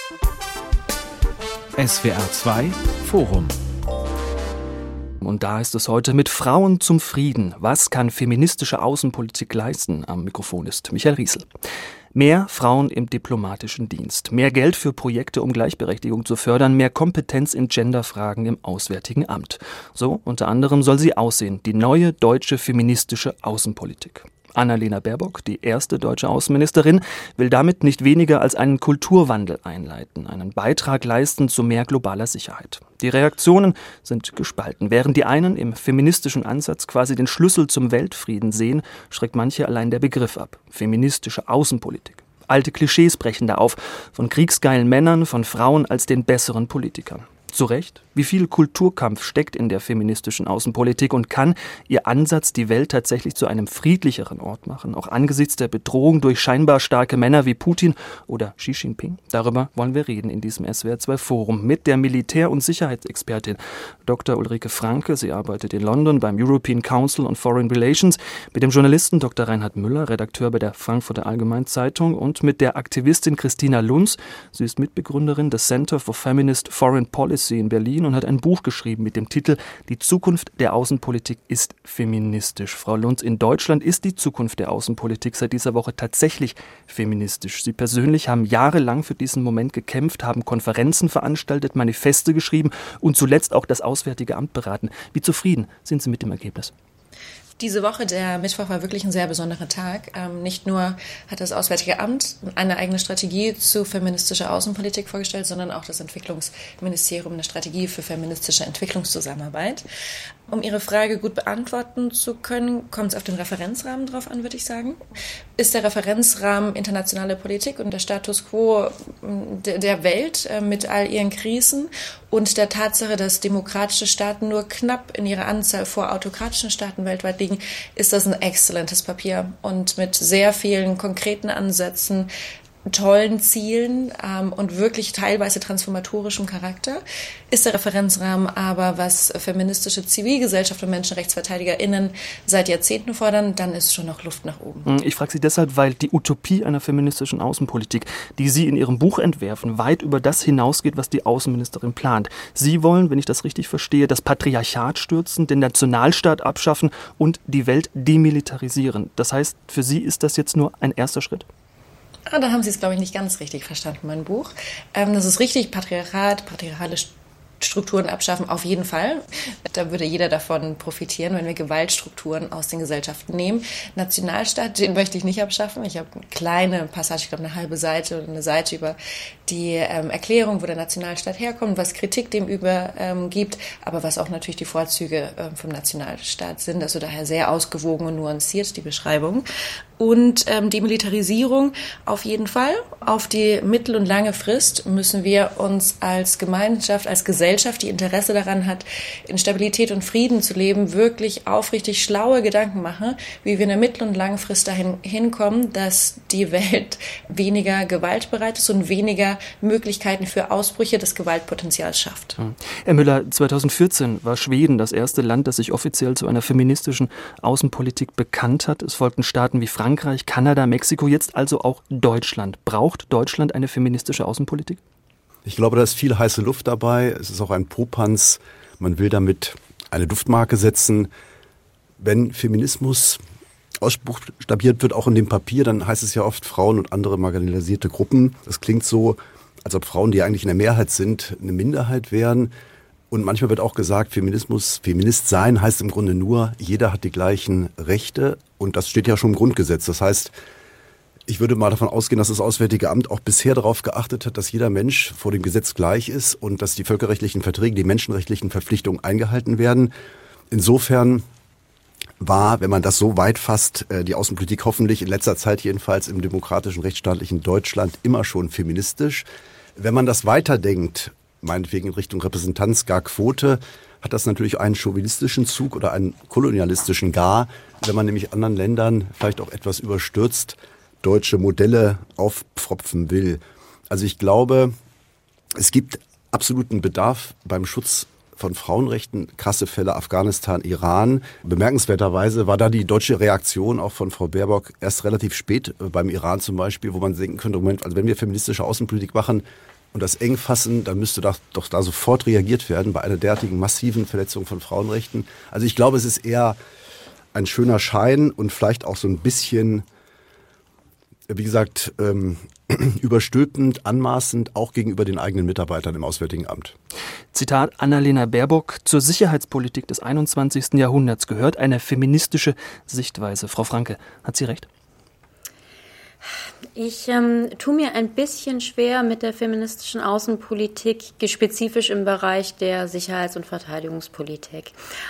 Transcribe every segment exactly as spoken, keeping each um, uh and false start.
S W R zwei Forum. Und da ist es heute mit Frauen zum Frieden. Was kann feministische Außenpolitik leisten? Am Mikrofon ist Michael Riesel. Mehr Frauen im diplomatischen Dienst, mehr Geld für Projekte, um Gleichberechtigung zu fördern, mehr Kompetenz in Genderfragen im Auswärtigen Amt. So unter anderem soll sie aussehen, die neue deutsche feministische Außenpolitik. Annalena Baerbock, die erste deutsche Außenministerin, will damit nicht weniger als einen Kulturwandel einleiten, einen Beitrag leisten zu mehr globaler Sicherheit. Die Reaktionen sind gespalten. Während die einen im feministischen Ansatz quasi den Schlüssel zum Weltfrieden sehen, schreckt manche allein der Begriff ab. Feministische Außenpolitik. Alte Klischees brechen da auf, von kriegsgeilen Männern, von Frauen als den besseren Politikern. Zu Recht? Wie viel Kulturkampf steckt in der feministischen Außenpolitik und kann ihr Ansatz die Welt tatsächlich zu einem friedlicheren Ort machen, auch angesichts der Bedrohung durch scheinbar starke Männer wie Putin oder Xi Jinping? Darüber wollen wir reden in diesem S W R zwei Forum mit der Militär- und Sicherheitsexpertin Doktor Ulrike Franke. Sie arbeitet in London beim European Council on Foreign Relations, mit dem Journalisten Doktor Reinhard Müller, Redakteur bei der Frankfurter Allgemeinen Zeitung, und mit der Aktivistin Christina Lunz. Sie ist Mitbegründerin des Center for Feminist Foreign Policy in Berlin und hat ein Buch geschrieben mit dem Titel Die Zukunft der Außenpolitik ist feministisch. Frau Lunz, in Deutschland ist die Zukunft der Außenpolitik seit dieser Woche tatsächlich feministisch. Sie persönlich haben jahrelang für diesen Moment gekämpft, haben Konferenzen veranstaltet, Manifeste geschrieben und zuletzt auch das Auswärtige Amt beraten. Wie zufrieden sind Sie mit dem Ergebnis? Diese Woche, der Mittwoch, war wirklich ein sehr besonderer Tag. Ähm, nicht nur hat das Auswärtige Amt eine eigene Strategie zu feministischer Außenpolitik vorgestellt, sondern auch das Entwicklungsministerium eine Strategie für feministische Entwicklungszusammenarbeit. Um Ihre Frage gut beantworten zu können, kommt es auf den Referenzrahmen drauf an, würde ich sagen. Ist der Referenzrahmen internationale Politik und der Status quo der Welt mit all ihren Krisen und der Tatsache, dass demokratische Staaten nur knapp in ihrer Anzahl vor autokratischen Staaten weltweit liegen, ist das ein exzellentes Papier und mit sehr vielen konkreten Ansätzen, tollen Zielen ähm, und wirklich teilweise transformatorischem Charakter. Ist der Referenzrahmen aber, was feministische Zivilgesellschaft und MenschenrechtsverteidigerInnen seit Jahrzehnten fordern, dann ist schon noch Luft nach oben. Ich frage Sie deshalb, weil die Utopie einer feministischen Außenpolitik, die Sie in Ihrem Buch entwerfen, weit über das hinausgeht, was die Außenministerin plant. Sie wollen, wenn ich das richtig verstehe, das Patriarchat stürzen, den Nationalstaat abschaffen und die Welt demilitarisieren. Das heißt, für Sie ist das jetzt nur ein erster Schritt? Ah, da haben Sie es, glaube ich, nicht ganz richtig verstanden, mein Buch. Ähm, das ist richtig, Patriarchat, patriarchale Strukturen abschaffen, auf jeden Fall. Da würde jeder davon profitieren, wenn wir Gewaltstrukturen aus den Gesellschaften nehmen. Nationalstaat, den möchte ich nicht abschaffen. Ich habe eine kleine Passage, ich glaube eine halbe Seite oder eine Seite über die ähm, Erklärung, wo der Nationalstaat herkommt, was Kritik dem über ähm, gibt, aber was auch natürlich die Vorzüge ähm, vom Nationalstaat sind. Also daher sehr ausgewogen und nuanciert, die Beschreibung. Und ähm, die Militarisierung auf jeden Fall. Auf die mittel- und lange Frist müssen wir uns als Gemeinschaft, als Gesellschaft, die Interesse daran hat, in Stabilität und Frieden zu leben, wirklich aufrichtig schlaue Gedanken machen, wie wir in der mittel- und langen Frist dahin hinkommen, dass die Welt weniger gewaltbereit ist und weniger Möglichkeiten für Ausbrüche des Gewaltpotenzials schafft. Herr Müller, zweitausendvierzehn war Schweden das erste Land, das sich offiziell zu einer feministischen Außenpolitik bekannt hat. Es folgten Staaten wie Frankreich, Kanada, Mexiko, jetzt also auch Deutschland. Braucht Deutschland eine feministische Außenpolitik? Ich glaube, da ist viel heiße Luft dabei. Es ist auch ein Popanz. Man will damit eine Duftmarke setzen. Wenn Feminismus ausbuchstabiert wird, auch in dem Papier, dann heißt es ja oft Frauen und andere marginalisierte Gruppen. Das klingt so, als ob Frauen, die eigentlich in der Mehrheit sind, eine Minderheit wären. Und manchmal wird auch gesagt, Feminismus, Feminist sein heißt im Grunde nur, jeder hat die gleichen Rechte. Und das steht ja schon im Grundgesetz. Das heißt, ich würde mal davon ausgehen, dass das Auswärtige Amt auch bisher darauf geachtet hat, dass jeder Mensch vor dem Gesetz gleich ist und dass die völkerrechtlichen Verträge, die menschenrechtlichen Verpflichtungen eingehalten werden. Insofern war, wenn man das so weit fasst, die Außenpolitik hoffentlich in letzter Zeit jedenfalls im demokratischen, rechtsstaatlichen Deutschland immer schon feministisch. Wenn man das weiterdenkt, meinetwegen in Richtung Repräsentanz, gar Quote, hat das natürlich einen chauvinistischen Zug oder einen kolonialistischen gar, wenn man nämlich anderen Ländern vielleicht auch etwas überstürzt deutsche Modelle aufpfropfen will. Also ich glaube, es gibt absoluten Bedarf beim Schutz von Frauenrechten, krasse Fälle Afghanistan, Iran. Bemerkenswerterweise war da die deutsche Reaktion auch von Frau Baerbock erst relativ spät beim Iran zum Beispiel, wo man denken könnte, Moment, also wenn wir feministische Außenpolitik machen, und das eng fassen, dann müsste doch, doch da sofort reagiert werden bei einer derartigen massiven Verletzung von Frauenrechten. Also ich glaube, es ist eher ein schöner Schein und vielleicht auch so ein bisschen, wie gesagt, ähm, überstülpend, anmaßend, auch gegenüber den eigenen Mitarbeitern im Auswärtigen Amt. Zitat Annalena Baerbock: Zur Sicherheitspolitik des einundzwanzigsten Jahrhunderts gehört eine feministische Sichtweise. Frau Franke, hat sie recht? Ich ähm, tue mir ein bisschen schwer mit der feministischen Außenpolitik, spezifisch im Bereich der Sicherheits- und Verteidigungspolitik.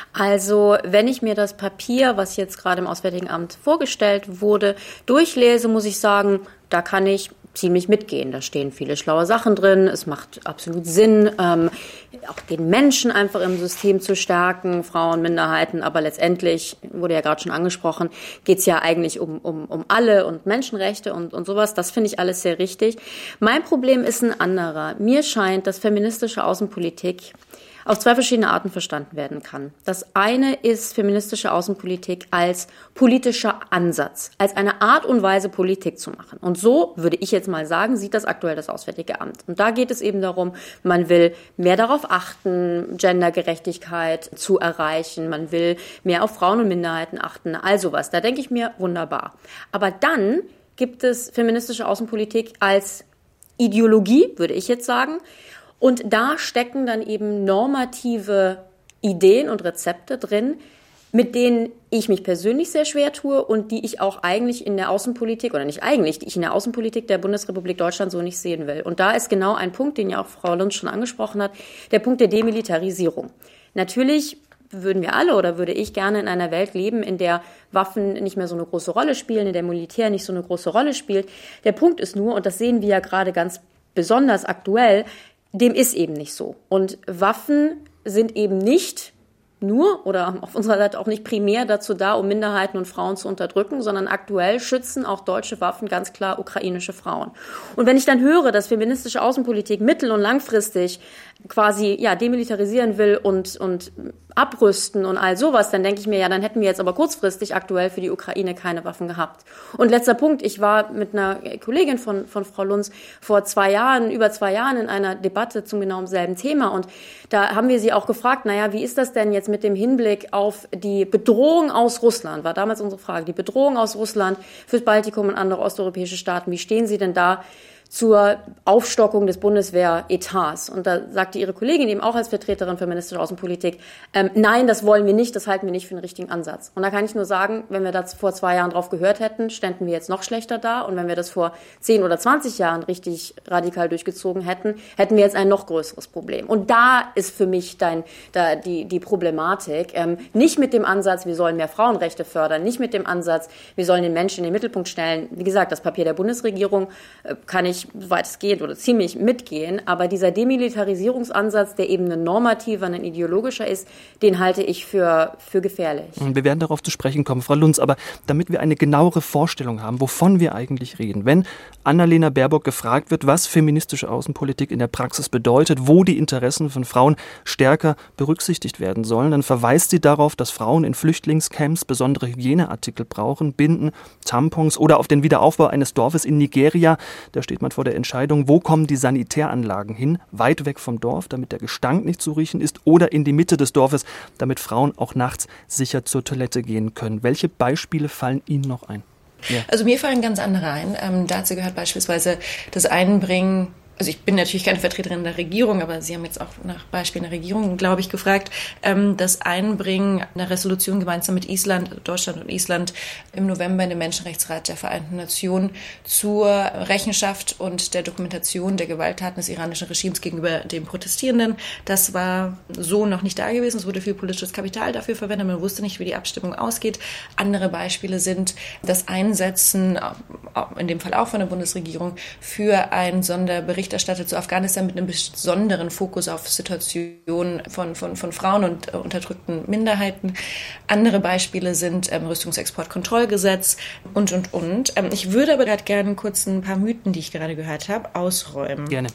Also wenn ich mir das Papier, was jetzt gerade im Auswärtigen Amt vorgestellt wurde, durchlese, muss ich sagen, da kann ich ziemlich mitgehen. Da stehen viele schlaue Sachen drin. Es macht absolut Sinn, ähm, auch den Menschen einfach im System zu stärken, Frauen, Minderheiten. Aber letztendlich, wurde ja gerade schon angesprochen, geht es ja eigentlich um, um, um alle und Menschenrechte und, und sowas. Das finde ich alles sehr richtig. Mein Problem ist ein anderer. Mir scheint, dass feministische Außenpolitik auf zwei verschiedene Arten verstanden werden kann. Das eine ist feministische Außenpolitik als politischer Ansatz, als eine Art und Weise, Politik zu machen. Und so, würde ich jetzt mal sagen, sieht das aktuell das Auswärtige Amt. Und da geht es eben darum, man will mehr darauf achten, Gendergerechtigkeit zu erreichen, man will mehr auf Frauen und Minderheiten achten, all sowas. Da denke ich mir, wunderbar. Aber dann gibt es feministische Außenpolitik als Ideologie, würde ich jetzt sagen. Und da stecken dann eben normative Ideen und Rezepte drin, mit denen ich mich persönlich sehr schwer tue und die ich auch eigentlich in der Außenpolitik, oder nicht eigentlich, die ich in der Außenpolitik der Bundesrepublik Deutschland so nicht sehen will. Und da ist genau ein Punkt, den ja auch Frau Lunz schon angesprochen hat, der Punkt der Demilitarisierung. Natürlich würden wir alle oder würde ich gerne in einer Welt leben, in der Waffen nicht mehr so eine große Rolle spielen, in der Militär nicht so eine große Rolle spielt. Der Punkt ist nur, und das sehen wir ja gerade ganz besonders aktuell, dem ist eben nicht so. Und Waffen sind eben nicht nur oder auf unserer Seite auch nicht primär dazu da, um Minderheiten und Frauen zu unterdrücken, sondern aktuell schützen auch deutsche Waffen ganz klar ukrainische Frauen. Und wenn ich dann höre, dass feministische Außenpolitik mittel- und langfristig quasi ja demilitarisieren will und und abrüsten und all sowas, dann denke ich mir, ja, dann hätten wir jetzt aber kurzfristig aktuell für die Ukraine keine Waffen gehabt. Und letzter Punkt, ich war mit einer Kollegin von von Frau Lunz vor zwei Jahren, über zwei Jahren in einer Debatte zum genau selben Thema und da haben wir sie auch gefragt, naja, wie ist das denn jetzt mit dem Hinblick auf die Bedrohung aus Russland, war damals unsere Frage, die Bedrohung aus Russland fürs Baltikum und andere osteuropäische Staaten, wie stehen Sie denn da zur Aufstockung des Bundeswehretats? Und da sagte Ihre Kollegin eben auch als Vertreterin feministischer Außenpolitik, ähm, nein, das wollen wir nicht, das halten wir nicht für einen richtigen Ansatz. Und da kann ich nur sagen, wenn wir das vor zwei Jahren drauf gehört hätten, ständen wir jetzt noch schlechter da. Und wenn wir das vor zehn oder zwanzig Jahren richtig radikal durchgezogen hätten, hätten wir jetzt ein noch größeres Problem. Und da ist für mich dein, da die, die Problematik, ähm, nicht mit dem Ansatz, wir sollen mehr Frauenrechte fördern, nicht mit dem Ansatz, wir sollen den Menschen in den Mittelpunkt stellen. Wie gesagt, das Papier der Bundesregierung äh, kann ich soweit es geht oder ziemlich mitgehen, aber dieser Demilitarisierungsansatz, der eben ein normativer, ein ideologischer ist, den halte ich für, für gefährlich. Wir werden darauf zu sprechen kommen, Frau Lunz, aber damit wir eine genauere Vorstellung haben, wovon wir eigentlich reden, wenn Annalena Baerbock gefragt wird, was feministische Außenpolitik in der Praxis bedeutet, wo die Interessen von Frauen stärker berücksichtigt werden sollen, dann verweist sie darauf, dass Frauen in Flüchtlingscamps besondere Hygieneartikel brauchen, Binden, Tampons oder auf den Wiederaufbau eines Dorfes in Nigeria. Da steht man vor der Entscheidung, wo kommen die Sanitäranlagen hin, weit weg vom Dorf, damit der Gestank nicht zu riechen ist, oder in die Mitte des Dorfes, damit Frauen auch nachts sicher zur Toilette gehen können. Welche Beispiele fallen Ihnen noch ein? Ja. Also mir fallen ganz andere ein. Ähm, dazu gehört beispielsweise das Einbringen. Also ich bin natürlich keine Vertreterin der Regierung, aber Sie haben jetzt auch nach Beispielen der Regierung, glaube ich, gefragt, ähm, das Einbringen einer Resolution gemeinsam mit Island, Deutschland und Island im November in den Menschenrechtsrat der Vereinten Nationen zur Rechenschaft und der Dokumentation der Gewalttaten des iranischen Regimes gegenüber den Protestierenden. Das war so noch nicht da gewesen. Es wurde viel politisches Kapital dafür verwendet. Man wusste nicht, wie die Abstimmung ausgeht. Andere Beispiele sind das Einsetzen, in dem Fall auch von der Bundesregierung, für einen Sonderbericht Berichterstatter zu Afghanistan mit einem besonderen Fokus auf Situationen von, von, von Frauen und äh, unterdrückten Minderheiten. Andere Beispiele sind ähm, Rüstungsexportkontrollgesetz und, und, und. Ähm, ich würde aber gerade gerne kurz ein paar Mythen, die ich gerade gehört habe, ausräumen. Gerne.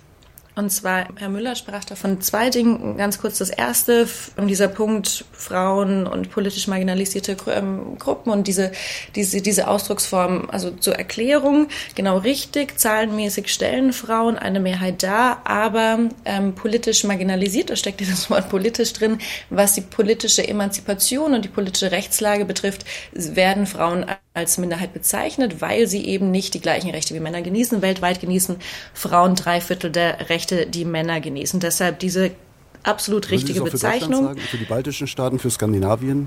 Und zwar, Herr Müller sprach da von zwei Dingen. Ganz kurz das erste, dieser Punkt Frauen und politisch marginalisierte Gruppen und diese, diese, diese Ausdrucksform, also zur Erklärung, genau richtig, zahlenmäßig stellen Frauen eine Mehrheit dar, aber ähm, politisch marginalisiert, da steckt dieses Wort politisch drin, was die politische Emanzipation und die politische Rechtslage betrifft, werden Frauen als Minderheit bezeichnet, weil sie eben nicht die gleichen Rechte wie Männer genießen. Weltweit genießen Frauen drei Viertel der Rechte, die Männer genießen. Deshalb diese absolut richtige Würden Sie es auch Bezeichnung. Für Deutschland sagen, für die baltischen Staaten, für Skandinavien?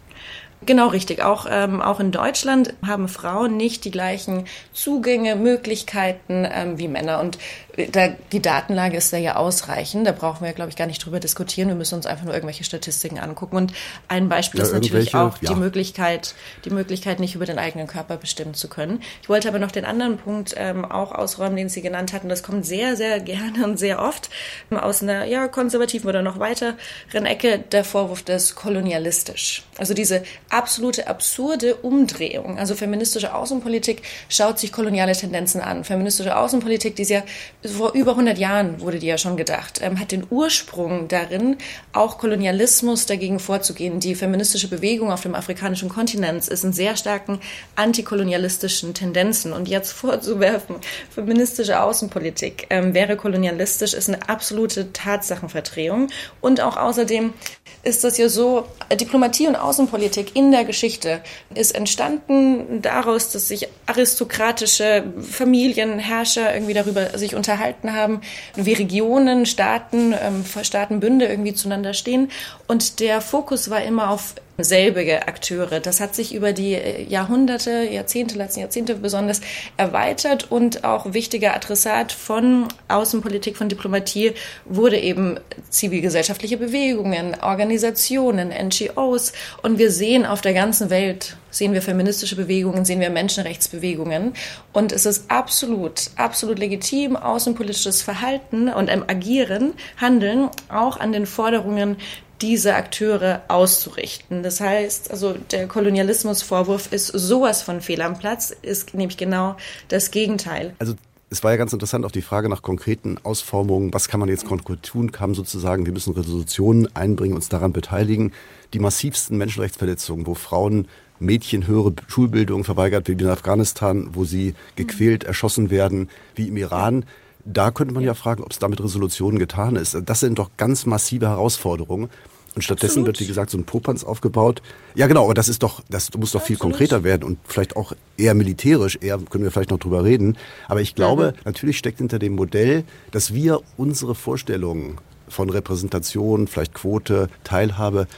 Genau, richtig. Auch, ähm, auch in Deutschland haben Frauen nicht die gleichen Zugänge, Möglichkeiten ähm, wie Männer. Und da, die Datenlage ist da ja ausreichend. Da brauchen wir, glaube ich, gar nicht drüber diskutieren. Wir müssen uns einfach nur irgendwelche Statistiken angucken. Und ein Beispiel ja, ist natürlich auch ja. die Möglichkeit, die Möglichkeit, nicht über den eigenen Körper bestimmen zu können. Ich wollte aber noch den anderen Punkt ähm, auch ausräumen, den Sie genannt hatten. Das kommt sehr, sehr gerne und sehr oft aus einer ja, konservativen oder noch weiteren Ecke, der Vorwurf des kolonialistisch. Also diese absolute absurde Umdrehung. Also feministische Außenpolitik schaut sich koloniale Tendenzen an. Feministische Außenpolitik, die ist ja vor über hundert Jahren wurde die ja schon gedacht, ähm, hat den Ursprung darin, auch Kolonialismus dagegen vorzugehen. Die feministische Bewegung auf dem afrikanischen Kontinent ist in sehr starken antikolonialistischen Tendenzen. Und jetzt vorzuwerfen, feministische Außenpolitik ähm, wäre kolonialistisch, ist eine absolute Tatsachenverdrehung. Und auch außerdem ist das ja so, Diplomatie und Außenpolitik in der Geschichte ist entstanden daraus, dass sich aristokratische Familien, Herrscher irgendwie darüber sich unterhalten haben, wie Regionen, Staaten, ähm, Staatenbünde irgendwie zueinander stehen. Und der Fokus war immer auf selbige Akteure. Das hat sich über die Jahrhunderte, Jahrzehnte, letzten Jahrzehnte besonders erweitert und auch wichtiger Adressat von Außenpolitik, von Diplomatie wurde eben zivilgesellschaftliche Bewegungen, Organisationen, N G Os und wir sehen auf der ganzen Welt, sehen wir feministische Bewegungen, sehen wir Menschenrechtsbewegungen und es ist absolut, absolut legitim, außenpolitisches Verhalten und ähm, Agieren, Handeln auch an den Forderungen diese Akteure auszurichten. Das heißt, also der Kolonialismusvorwurf ist sowas von fehl am Platz, ist nämlich genau das Gegenteil. Also es war ja ganz interessant, auch die Frage nach konkreten Ausformungen, was kann man jetzt konkret tun, kam sozusagen, wir müssen Resolutionen einbringen, uns daran beteiligen. Die massivsten Menschenrechtsverletzungen, wo Frauen, Mädchen höhere Schulbildung verweigert, wie in Afghanistan, wo sie gequält, erschossen werden, wie im Iran. Da könnte man ja fragen, ob es damit Resolutionen getan ist. Das sind doch ganz massive Herausforderungen. Und stattdessen Absolut. Wird, wie gesagt, so ein Popanz aufgebaut. Ja, genau, aber das ist doch, das muss doch viel Absolut. Konkreter werden und vielleicht auch eher militärisch. Eher können wir vielleicht noch drüber reden. Aber ich glaube, mhm. natürlich steckt hinter dem Modell, dass wir unsere Vorstellungen von Repräsentation, vielleicht Quote, Teilhabe,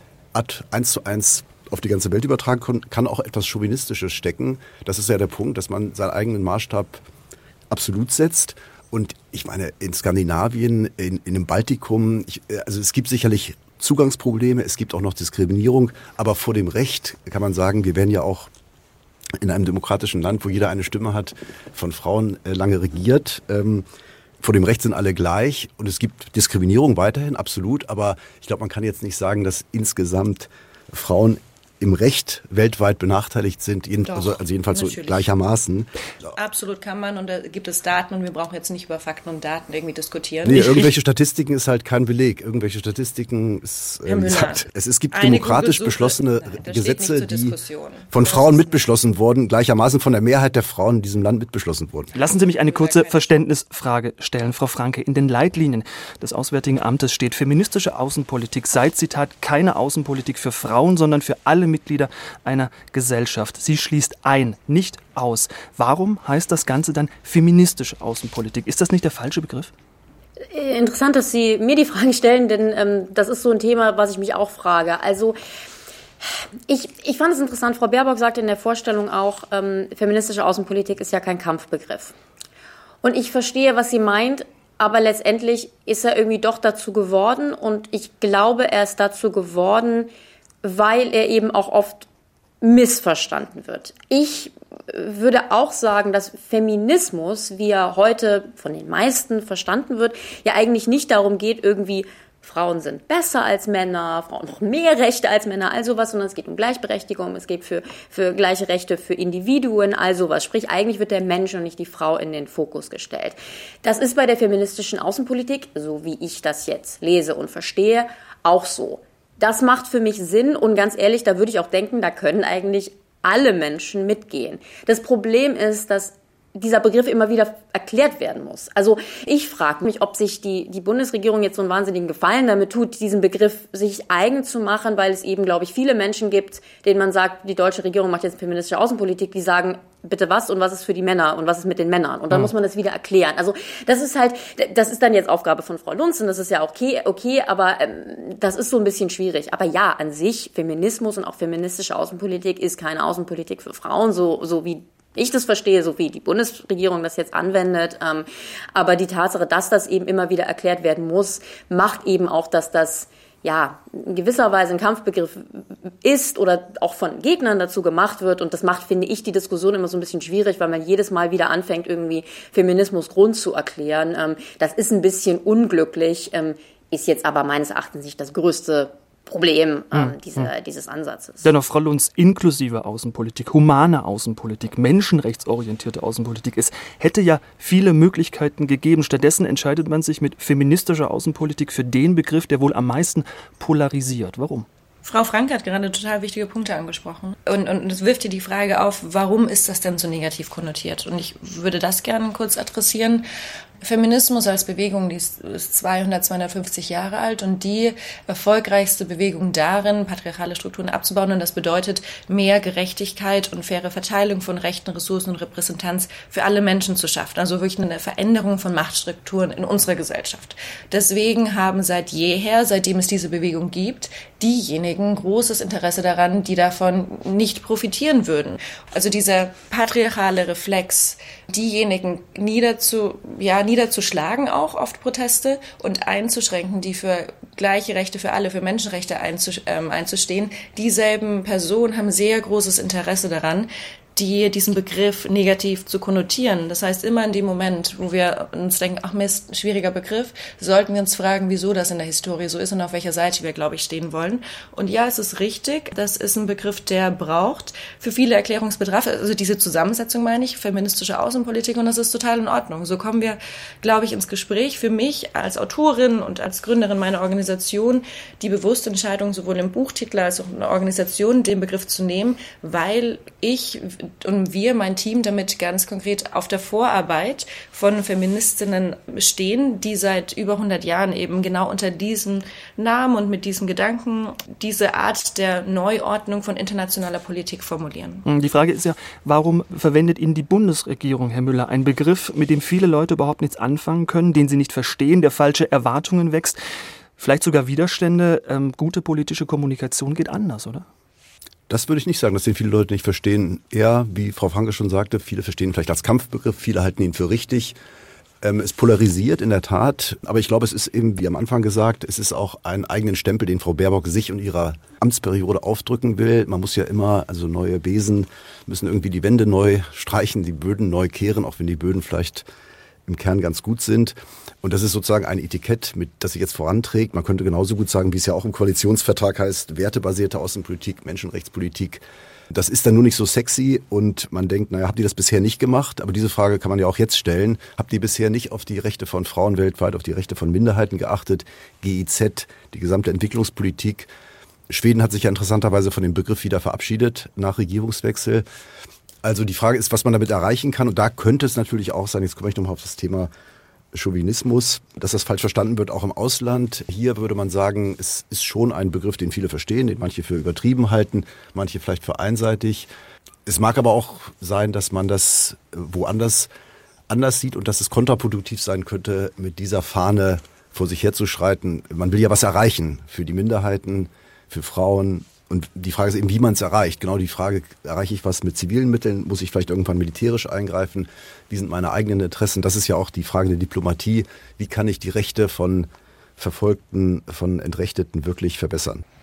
ad eins zu eins auf die ganze Welt übertragen können, kann auch etwas Chauvinistisches stecken. Das ist ja der Punkt, dass man seinen eigenen Maßstab absolut setzt. Und ich meine, in Skandinavien, in, in dem Baltikum, ich, also es gibt sicherlich Zugangsprobleme, es gibt auch noch Diskriminierung, aber vor dem Recht kann man sagen, wir werden ja auch in einem demokratischen Land, wo jeder eine Stimme hat, von Frauen äh, lange regiert. Ähm, vor dem Recht sind alle gleich und es gibt Diskriminierung weiterhin, absolut, aber ich glaube, man kann jetzt nicht sagen, dass insgesamt Frauen im Recht weltweit benachteiligt sind, jeden, also, also jedenfalls natürlich. So gleichermaßen. Absolut kann man und da gibt es Daten und wir brauchen jetzt nicht über Fakten und Daten irgendwie diskutieren. Nee, irgendwelche Statistiken ist halt kein Beleg. Irgendwelche Statistiken ist, ähm, sagt, es, es gibt Eine demokratisch beschlossene Nein, Gesetze, die von Frauen mitbeschlossen wurden, gleichermaßen von der Mehrheit der Frauen in diesem Land mitbeschlossen wurden. Lassen Sie mich eine kurze Verständnisfrage stellen, Frau Franke. In den Leitlinien des Auswärtigen Amtes steht, feministische Außenpolitik sei, Zitat, keine Außenpolitik für Frauen, sondern für alle Mitglieder einer Gesellschaft. Sie schließt ein, nicht aus. Warum heißt das Ganze dann feministische Außenpolitik? Ist das nicht der falsche Begriff? Interessant, dass Sie mir die Frage stellen, denn ähm, das ist so ein Thema, was ich mich auch frage. Also ich, ich fand es interessant, Frau Baerbock sagte in der Vorstellung auch, ähm, feministische Außenpolitik ist ja kein Kampfbegriff. Und ich verstehe, was sie meint, aber letztendlich ist er irgendwie doch dazu geworden und ich glaube, er ist dazu geworden, weil er eben auch oft missverstanden wird. Ich würde auch sagen, dass Feminismus, wie er heute von den meisten verstanden wird, ja eigentlich nicht darum geht, irgendwie Frauen sind besser als Männer, Frauen noch mehr Rechte als Männer, all sowas, sondern es geht um Gleichberechtigung, es geht für, für gleiche Rechte für Individuen, all sowas. Sprich, eigentlich wird der Mensch und nicht die Frau in den Fokus gestellt. Das ist bei der feministischen Außenpolitik, so wie ich das jetzt lese und verstehe, auch so. Das macht für mich Sinn und ganz ehrlich, da würde ich auch denken, da können eigentlich alle Menschen mitgehen. Das Problem ist, dass dieser Begriff immer wieder erklärt werden muss. Also ich frage mich, ob sich die, die Bundesregierung jetzt so einen wahnsinnigen Gefallen damit tut, diesen Begriff sich eigen zu machen, weil es eben, glaube ich, viele Menschen gibt, denen man sagt, die deutsche Regierung macht jetzt feministische Außenpolitik, die sagen, bitte was und was ist für die Männer und was ist mit den Männern? Und dann mhm. muss man das wieder erklären. Also das ist halt, das ist dann jetzt Aufgabe von Frau Lunz und das ist ja okay, okay, aber ähm, das ist so ein bisschen schwierig. Aber ja, an sich, Feminismus und auch feministische Außenpolitik ist keine Außenpolitik für Frauen, so, so wie ich das verstehe, so wie die Bundesregierung das jetzt anwendet. Ähm, aber die Tatsache, dass das eben immer wieder erklärt werden muss, macht eben auch, dass das ja in gewisser Weise ein Kampfbegriff ist oder auch von Gegnern dazu gemacht wird. Und das macht, finde ich, die Diskussion immer so ein bisschen schwierig, weil man jedes Mal wieder anfängt, irgendwie Feminismus Grund zu erklären. Ähm, das ist ein bisschen unglücklich, ähm, ist jetzt aber meines Erachtens nicht das größte Problem ähm, mhm. dieser, dieses Ansatzes. Dennoch, Frau Lunz, inklusive Außenpolitik, humane Außenpolitik, menschenrechtsorientierte Außenpolitik, es hätte ja viele Möglichkeiten gegeben. Stattdessen entscheidet man sich mit feministischer Außenpolitik für den Begriff, der wohl am meisten polarisiert. Warum? Frau Frank hat gerade total wichtige Punkte angesprochen. Und, und es wirft hier die Frage auf, warum ist das denn so negativ konnotiert? Und ich würde das gerne kurz adressieren. Feminismus als Bewegung, die ist zweihundert, zweihundertfünfzig Jahre alt und die erfolgreichste Bewegung darin, patriarchale Strukturen abzubauen. Und das bedeutet mehr Gerechtigkeit und faire Verteilung von Rechten, Ressourcen und Repräsentanz für alle Menschen zu schaffen. Also wirklich eine Veränderung von Machtstrukturen in unserer Gesellschaft. Deswegen haben seit jeher, seitdem es diese Bewegung gibt, diejenigen großes Interesse daran, die davon nicht profitieren würden. Also dieser patriarchale Reflex, diejenigen niederzu, ja, niederzuschlagen, auch oft Proteste, und einzuschränken, die für gleiche Rechte für alle, für Menschenrechte einzustehen. Dieselben Personen haben sehr großes Interesse daran, die diesen Begriff negativ zu konnotieren. Das heißt, immer in dem Moment, wo wir uns denken, ach Mist, schwieriger Begriff, sollten wir uns fragen, wieso das in der Historie so ist und auf welcher Seite wir, glaube ich, stehen wollen. Und ja, es ist richtig, das ist ein Begriff, der braucht für viele Erklärungsbedarf, also diese Zusammensetzung meine ich, feministische Außenpolitik, und das ist total in Ordnung. So kommen wir, glaube ich, ins Gespräch. Für mich als Autorin und als Gründerin meiner Organisation die bewusste Entscheidung, sowohl im Buchtitel als auch in der Organisation den Begriff zu nehmen, weil ich und wir, mein Team, damit ganz konkret auf der Vorarbeit von Feministinnen stehen, die seit über hundert Jahren eben genau unter diesem Namen und mit diesem Gedanken diese Art der Neuordnung von internationaler Politik formulieren. Die Frage ist ja, warum verwendet Ihnen die Bundesregierung, Herr Müller, einen Begriff, mit dem viele Leute überhaupt nichts anfangen können, den sie nicht verstehen, der falsche Erwartungen wächst, vielleicht sogar Widerstände? Ähm, gute politische Kommunikation geht anders, oder? Das würde ich nicht sagen, dass den viele Leute nicht verstehen. Eher, wie Frau Franke schon sagte, viele verstehen ihn vielleicht als Kampfbegriff, viele halten ihn für richtig. Ähm, es polarisiert in der Tat, aber ich glaube, es ist eben, wie am Anfang gesagt, es ist auch ein eigenen Stempel, den Frau Baerbock sich und ihrer Amtsperiode aufdrücken will. Man muss ja immer, also neue Besen müssen irgendwie die Wände neu streichen, die Böden neu kehren, auch wenn die Böden vielleicht im Kern ganz gut sind. Und das ist sozusagen ein Etikett, mit das sich jetzt voranträgt. Man könnte genauso gut sagen, wie es ja auch im Koalitionsvertrag heißt, wertebasierte Außenpolitik, Menschenrechtspolitik. Das ist dann nur nicht so sexy und man denkt, naja, habt ihr das bisher nicht gemacht? Aber diese Frage kann man ja auch jetzt stellen. Habt ihr bisher nicht auf die Rechte von Frauen weltweit, auf die Rechte von Minderheiten geachtet? G I Z, die gesamte Entwicklungspolitik. Schweden hat sich ja interessanterweise von dem Begriff wieder verabschiedet nach Regierungswechsel. Also die Frage ist, was man damit erreichen kann. Und da könnte es natürlich auch sein, jetzt komme ich nochmal auf das Thema Chauvinismus, dass das falsch verstanden wird, auch im Ausland. Hier würde man sagen, es ist schon ein Begriff, den viele verstehen, den manche für übertrieben halten, manche vielleicht für einseitig. Es mag aber auch sein, dass man das woanders anders sieht und dass es kontraproduktiv sein könnte, mit dieser Fahne vor sich herzuschreiten. Man will ja was erreichen für die Minderheiten, für Frauen. Und die Frage ist eben, wie man es erreicht. Genau die Frage, erreiche ich was mit zivilen Mitteln? Muss ich vielleicht irgendwann militärisch eingreifen? Wie sind meine eigenen Interessen? Das ist ja auch die Frage der Diplomatie. Wie kann ich die Rechte von Verfolgten, von Entrechteten wirklich verbessern?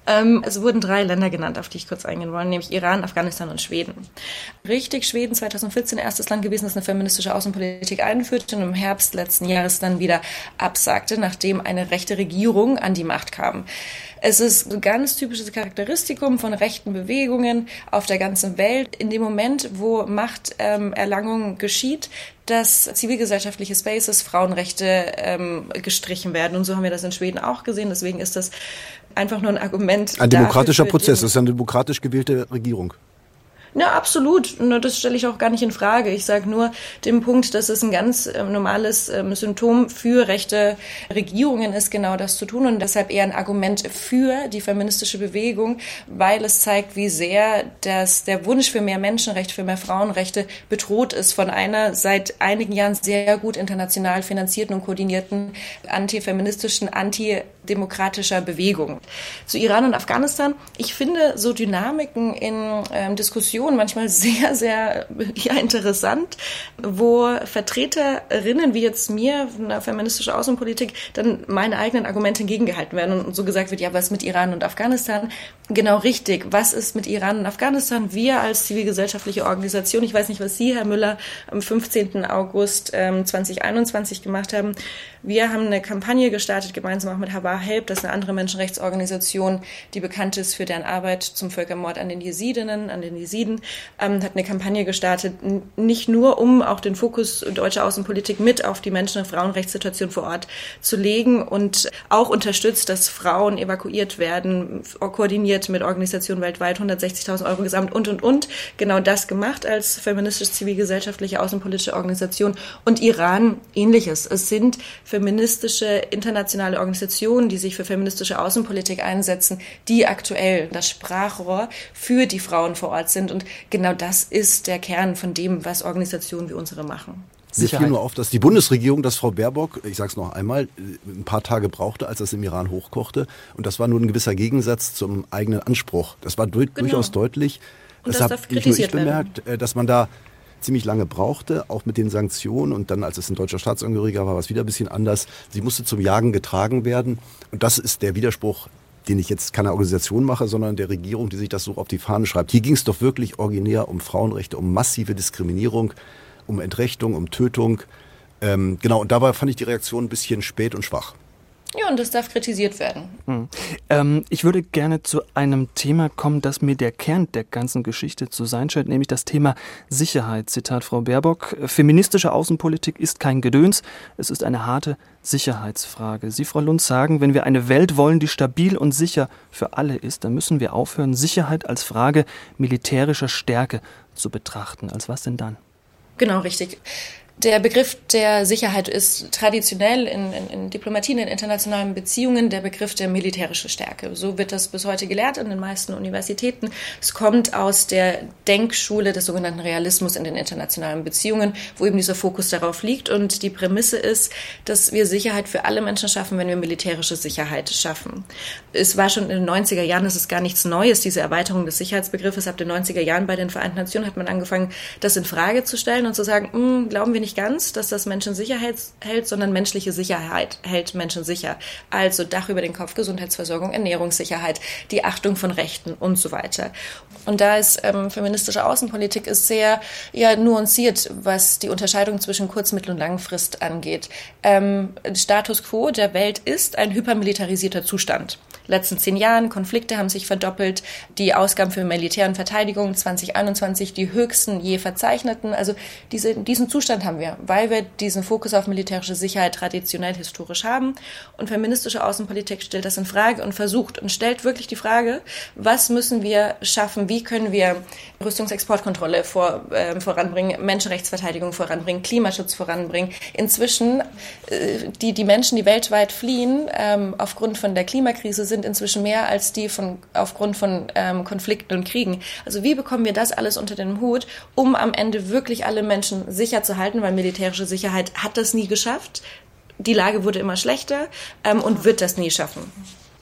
Ähm, es wurden drei Länder genannt, auf die ich kurz eingehen wollte, nämlich Iran, Afghanistan und Schweden. Richtig, Schweden zweitausendvierzehn erstes Land gewesen, das eine feministische Außenpolitik einführte und im Herbst letzten Jahres dann wieder absagte, nachdem eine rechte Regierung an die Macht kam. Es ist ein ganz typisches Charakteristikum von rechten Bewegungen auf der ganzen Welt. In dem Moment, wo Machterlangung ähm, geschieht, dass zivilgesellschaftliche Spaces, Frauenrechte ähm, gestrichen werden. Und so haben wir das in Schweden auch gesehen. Deswegen ist das einfach nur ein Argument. Ein demokratischer Prozess, das ist eine demokratisch gewählte Regierung. Ja, absolut. Das stelle ich auch gar nicht in Frage. Ich sage nur den Punkt, dass es ein ganz äh, normales ähm, Symptom für rechte Regierungen ist, genau das zu tun und deshalb eher ein Argument für die feministische Bewegung, weil es zeigt, wie sehr das, der Wunsch für mehr Menschenrechte, für mehr Frauenrechte bedroht ist von einer seit einigen Jahren sehr gut international finanzierten und koordinierten antifeministischen, antidemokratischer Bewegung. Zu Iran und Afghanistan. Ich finde so Dynamiken in ähm, Diskussionen manchmal sehr, sehr ja, interessant, wo Vertreterinnen wie jetzt mir von der feministischen Außenpolitik dann meine eigenen Argumente entgegengehalten werden und so gesagt wird, ja, was mit Iran und Afghanistan? Genau richtig. Was ist mit Iran und Afghanistan? Wir als zivilgesellschaftliche Organisation, ich weiß nicht, was Sie, Herr Müller, am fünfzehnten August ähm, zweitausendeinundzwanzig gemacht haben. Wir haben eine Kampagne gestartet, gemeinsam auch mit Habar Help, das ist eine andere Menschenrechtsorganisation, die bekannt ist für deren Arbeit zum Völkermord an den Jesidinnen, an den Jesiden, ähm, hat eine Kampagne gestartet, n- nicht nur, um auch den Fokus deutscher Außenpolitik mit auf die Menschen- und Frauenrechtssituation vor Ort zu legen und auch unterstützt, dass Frauen evakuiert werden, koordiniert mit Organisationen weltweit, hundertsechzigtausend Euro gesamt und, und, und. Genau das gemacht als feministisch-zivilgesellschaftliche außenpolitische Organisation. Und Iran ähnliches. Es sind feministische internationale Organisationen, die sich für feministische Außenpolitik einsetzen, die aktuell das Sprachrohr für die Frauen vor Ort sind. Und genau das ist der Kern von dem, was Organisationen wie unsere machen. Mir fiel nur auf, dass die Bundesregierung, dass Frau Baerbock, ich sage es noch einmal, ein paar Tage brauchte, als das im Iran hochkochte. Und das war nur ein gewisser Gegensatz zum eigenen Anspruch. Das war du- genau. durchaus deutlich. Und das, das habe nicht nur ich werden. bemerkt, dass man da ziemlich lange brauchte, auch mit den Sanktionen. Und dann, als es ein deutscher Staatsangehöriger war, war es wieder ein bisschen anders. Sie musste zum Jagen getragen werden. Und das ist der Widerspruch, den ich jetzt keine Organisation mache, sondern der Regierung, die sich das so auf die Fahne schreibt. Hier ging es doch wirklich originär um Frauenrechte, um massive Diskriminierung, um Entrechtung, um Tötung. Ähm, genau, und dabei fand ich die Reaktion ein bisschen spät und schwach. Ja, und das darf kritisiert werden. Hm. Ähm, ich würde gerne zu einem Thema kommen, das mir der Kern der ganzen Geschichte zu sein scheint, nämlich das Thema Sicherheit. Zitat Frau Baerbock: Feministische Außenpolitik ist kein Gedöns, es ist eine harte Sicherheitsfrage. Sie, Frau Lund, sagen, wenn wir eine Welt wollen, die stabil und sicher für alle ist, dann müssen wir aufhören, Sicherheit als Frage militärischer Stärke zu betrachten. Als was denn dann? Genau, richtig. Der Begriff der Sicherheit ist traditionell in, in, in Diplomatie, in internationalen Beziehungen der Begriff der militärischen Stärke. So wird das bis heute gelehrt an den meisten Universitäten. Es kommt aus der Denkschule des sogenannten Realismus in den internationalen Beziehungen, wo eben dieser Fokus darauf liegt. Und die Prämisse ist, dass wir Sicherheit für alle Menschen schaffen, wenn wir militärische Sicherheit schaffen. Es war schon in den neunziger Jahren, das ist gar nichts Neues, diese Erweiterung des Sicherheitsbegriffes. Ab den neunziger Jahren bei den Vereinten Nationen hat man angefangen, das in Frage zu stellen und zu sagen, glauben wir nicht ganz, dass das Menschen Sicherheit hält, sondern menschliche Sicherheit hält Menschen sicher. Also Dach über den Kopf, Gesundheitsversorgung, Ernährungssicherheit, die Achtung von Rechten und so weiter. Und da ist ähm, feministische Außenpolitik ist sehr ja, nuanciert, was die Unterscheidung zwischen Kurz-, Mittel- und Langfrist angeht. Ähm, Status quo der Welt ist ein hypermilitarisierter Zustand. Letzten zehn Jahren, Konflikte haben sich verdoppelt, die Ausgaben für Militär und Verteidigung zwanzig einundzwanzig die höchsten je verzeichneten. Also diese, diesen Zustand haben wir, weil wir diesen Fokus auf militärische Sicherheit traditionell historisch haben. Und feministische Außenpolitik stellt das in Frage und versucht und stellt wirklich die Frage, was müssen wir schaffen, wie können wir Rüstungsexportkontrolle vor, äh, voranbringen, Menschenrechtsverteidigung voranbringen, Klimaschutz voranbringen. Inzwischen, äh, die, die Menschen, die weltweit fliehen, ähm, aufgrund von der Klimakrise, sind inzwischen mehr als die von aufgrund von ähm, Konflikten und Kriegen. Also wie bekommen wir das alles unter den Hut, um am Ende wirklich alle Menschen sicher zu halten, weil militärische Sicherheit hat das nie geschafft. Die Lage wurde immer schlechter ähm, und wird das nie schaffen.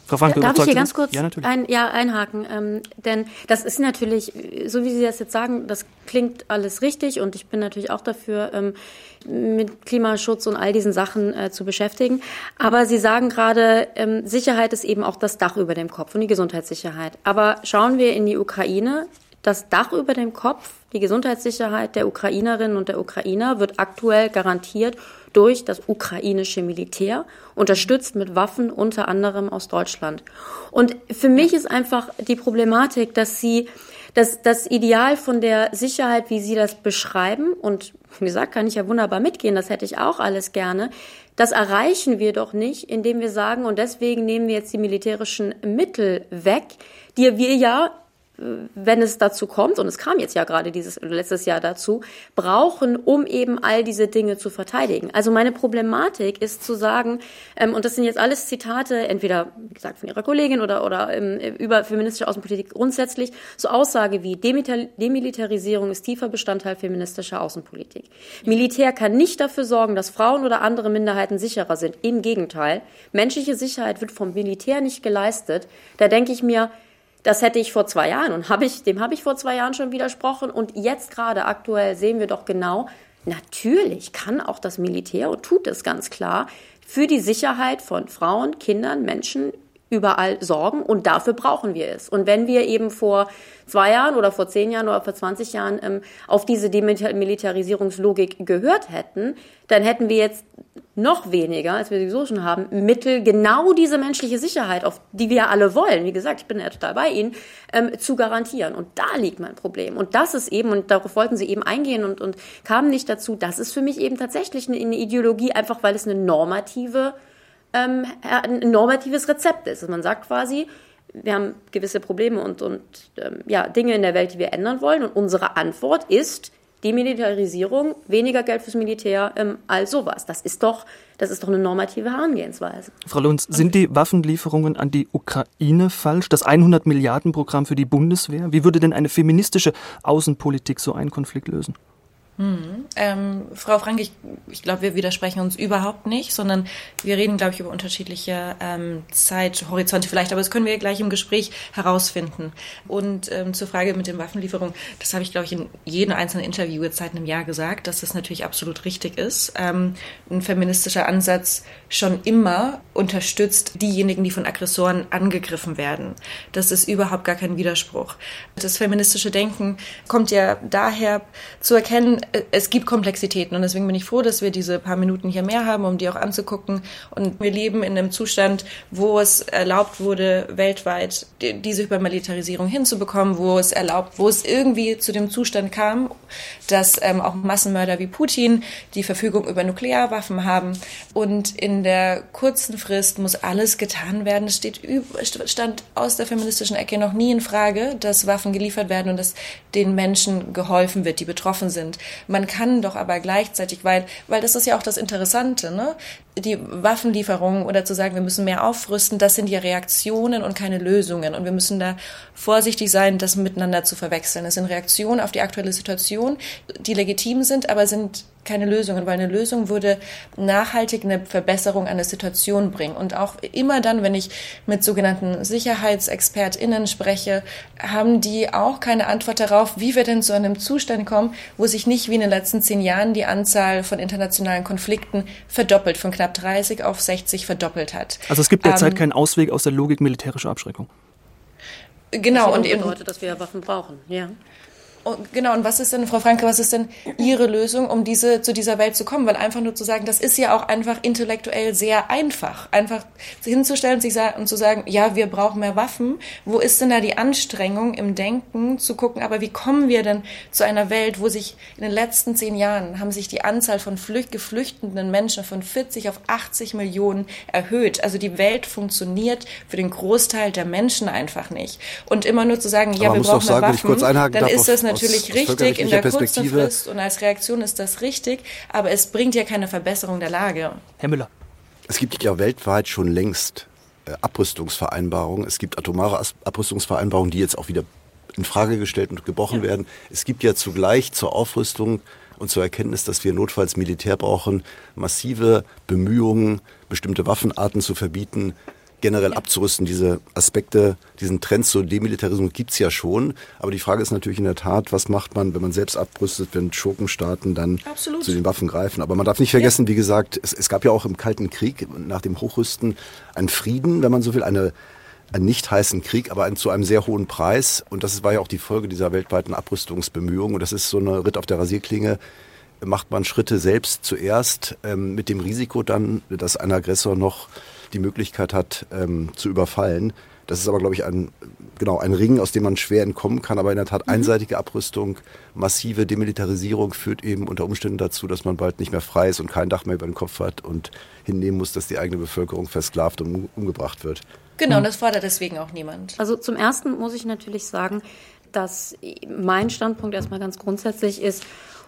Frau Franke, darf ich hier ganz kurz ja, ein, ja, einhaken? Ähm, denn das ist natürlich, so wie Sie das jetzt sagen, das klingt alles richtig und ich bin natürlich auch dafür, ähm, mit Klimaschutz und all diesen Sachen äh, zu beschäftigen. Aber Sie sagen gerade, ähm, Sicherheit ist eben auch das Dach über dem Kopf und die Gesundheitssicherheit. Aber schauen wir in die Ukraine, das Dach über dem Kopf, die Gesundheitssicherheit der Ukrainerinnen und der Ukrainer wird aktuell garantiert durch das ukrainische Militär, unterstützt mit Waffen unter anderem aus Deutschland. Und für mich ist einfach die Problematik, dass sie das, das Ideal von der Sicherheit, wie Sie das beschreiben, und wie gesagt, kann ich ja wunderbar mitgehen, das hätte ich auch alles gerne, das erreichen wir doch nicht, indem wir sagen, und deswegen nehmen wir jetzt die militärischen Mittel weg, die wir ja, wenn es dazu kommt, und es kam jetzt ja gerade dieses letztes Jahr dazu, brauchen, um eben all diese Dinge zu verteidigen. Also meine Problematik ist zu sagen, ähm, und das sind jetzt alles Zitate, entweder, wie gesagt, von Ihrer Kollegin oder, oder ähm, über feministische Außenpolitik grundsätzlich, so Aussage wie Demil- Demilitarisierung ist tiefer Bestandteil feministischer Außenpolitik. Militär kann nicht dafür sorgen, dass Frauen oder andere Minderheiten sicherer sind. Im Gegenteil, menschliche Sicherheit wird vom Militär nicht geleistet. Da denke ich mir, das hätte ich vor zwei Jahren und hab ich, dem habe ich vor zwei Jahren schon widersprochen. Und jetzt gerade aktuell sehen wir doch genau, natürlich kann auch das Militär und tut es ganz klar für die Sicherheit von Frauen, Kindern, Menschen überall sorgen und dafür brauchen wir es. Und wenn wir eben vor zwei Jahren oder vor zehn Jahren oder vor zwanzig Jahren ähm, auf diese Demilitarisierungslogik gehört hätten, dann hätten wir jetzt noch weniger, als wir sowieso schon haben, Mittel, genau diese menschliche Sicherheit, auf die wir ja alle wollen, wie gesagt, ich bin ja total bei Ihnen, ähm, zu garantieren. Und da liegt mein Problem. Und das ist eben, und darauf wollten Sie eben eingehen und, und kamen nicht dazu, das ist für mich eben tatsächlich eine, eine Ideologie, einfach weil es eine normative, ähm, ein normatives Rezept ist. Also man sagt quasi, wir haben gewisse Probleme und, und ähm, ja, Dinge in der Welt, die wir ändern wollen. Und unsere Antwort ist Demilitarisierung, weniger Geld fürs Militär, ähm, all sowas. Das ist doch, das ist doch eine normative Herangehensweise. Frau Lunz, sind die Waffenlieferungen an die Ukraine falsch? Das hundert Milliarden Programm für die Bundeswehr? Wie würde denn eine feministische Außenpolitik so einen Konflikt lösen? Hm. Ähm, Frau Franke, ich, ich glaube, wir widersprechen uns überhaupt nicht, sondern wir reden, glaube ich, über unterschiedliche ähm, Zeithorizonte vielleicht, aber das können wir gleich im Gespräch herausfinden. Und ähm, zur Frage mit den Waffenlieferungen, das habe ich, glaube ich, in jedem einzelnen Interview jetzt seit einem Jahr gesagt, dass das natürlich absolut richtig ist. Ähm, ein feministischer Ansatz schon immer unterstützt diejenigen, die von Aggressoren angegriffen werden. Das ist überhaupt gar kein Widerspruch. Das feministische Denken kommt ja daher zu erkennen, es gibt Komplexitäten und deswegen bin ich froh, dass wir diese paar Minuten hier mehr haben, um die auch anzugucken. Und wir leben in einem Zustand, wo es erlaubt wurde, weltweit diese Hypermilitarisierung hinzubekommen, wo es erlaubt, wo es irgendwie zu dem Zustand kam, dass ähm, auch Massenmörder wie Putin die Verfügung über Nuklearwaffen haben. Und in der kurzen Frist muss alles getan werden. Es steht, stand aus der feministischen Ecke noch nie in Frage, dass Waffen geliefert werden und dass den Menschen geholfen wird, die betroffen sind. Man kann doch aber gleichzeitig, weil, weil das ist ja auch das Interessante, ne? Die Waffenlieferungen oder zu sagen, wir müssen mehr aufrüsten, das sind ja Reaktionen und keine Lösungen. Und wir müssen da vorsichtig sein, das miteinander zu verwechseln. Es sind Reaktionen auf die aktuelle Situation, die legitim sind, aber sind keine Lösungen, weil eine Lösung würde nachhaltig eine Verbesserung an der Situation bringen. Und auch immer dann, wenn ich mit sogenannten SicherheitsexpertInnen spreche, haben die auch keine Antwort darauf, wie wir denn zu einem Zustand kommen, wo sich nicht wie in den letzten zehn Jahren die Anzahl von internationalen Konflikten verdoppelt, von knapp dreißig auf sechzig verdoppelt hat. Also es gibt derzeit ähm, keinen Ausweg aus der Logik militärischer Abschreckung. Genau. Was und eben bedeutet, dass wir Waffen brauchen, ja. Und genau, und was ist denn, Frau Franke, was ist denn Ihre Lösung, um diese zu dieser Welt zu kommen? Weil einfach nur zu sagen, das ist ja auch einfach intellektuell sehr einfach. Einfach hinzustellen sich und zu sagen, ja, wir brauchen mehr Waffen. Wo ist denn da die Anstrengung im Denken, zu gucken, aber wie kommen wir denn zu einer Welt, wo sich in den letzten zehn Jahren haben sich die Anzahl von flücht, geflüchteten Menschen von vierzig auf achtzig Millionen erhöht. Also die Welt funktioniert für den Großteil der Menschen einfach nicht. Und immer nur zu sagen, ja, wir brauchen mehr Waffen, dann ist das natürlich richtig in der kurzen Frist und als Reaktion ist das richtig, aber es bringt ja keine Verbesserung der Lage. Herr Müller. Es gibt ja weltweit schon längst äh, Abrüstungsvereinbarungen. Es gibt atomare As- Abrüstungsvereinbarungen, die jetzt auch wieder in Frage gestellt und gebrochen ja. werden. Es gibt ja zugleich zur Aufrüstung und zur Erkenntnis, dass wir notfalls Militär brauchen, massive Bemühungen, bestimmte Waffenarten zu verbieten, generell ja. abzurüsten. Diese Aspekte, diesen Trend zur Demilitarisierung gibt's ja schon. Aber die Frage ist natürlich in der Tat, was macht man, wenn man selbst abrüstet, wenn Schurkenstaaten dann Absolut. zu den Waffen greifen. Aber man darf nicht vergessen, ja. wie gesagt, es, es gab ja auch im Kalten Krieg, nach dem Hochrüsten, einen Frieden, wenn man so will, eine, einen nicht heißen Krieg, aber einen, zu einem sehr hohen Preis. Und das war ja auch die Folge dieser weltweiten Abrüstungsbemühungen. Und das ist so eine Ritt auf der Rasierklinge. Macht man Schritte selbst zuerst, ähm, mit dem Risiko dann, dass ein Aggressor noch die Möglichkeit hat, ähm, zu überfallen. Das ist aber, glaube ich, ein, genau, ein Ring, aus dem man schwer entkommen kann. Aber in der Tat mhm. einseitige Abrüstung, massive Demilitarisierung führt eben unter Umständen dazu, dass man bald nicht mehr frei ist und kein Dach mehr über den Kopf hat und hinnehmen muss, dass die eigene Bevölkerung versklavt und umgebracht wird. Genau, und das fordert deswegen auch niemand. Also zum Ersten muss ich natürlich sagen, dass mein Standpunkt erstmal ganz grundsätzlich ist,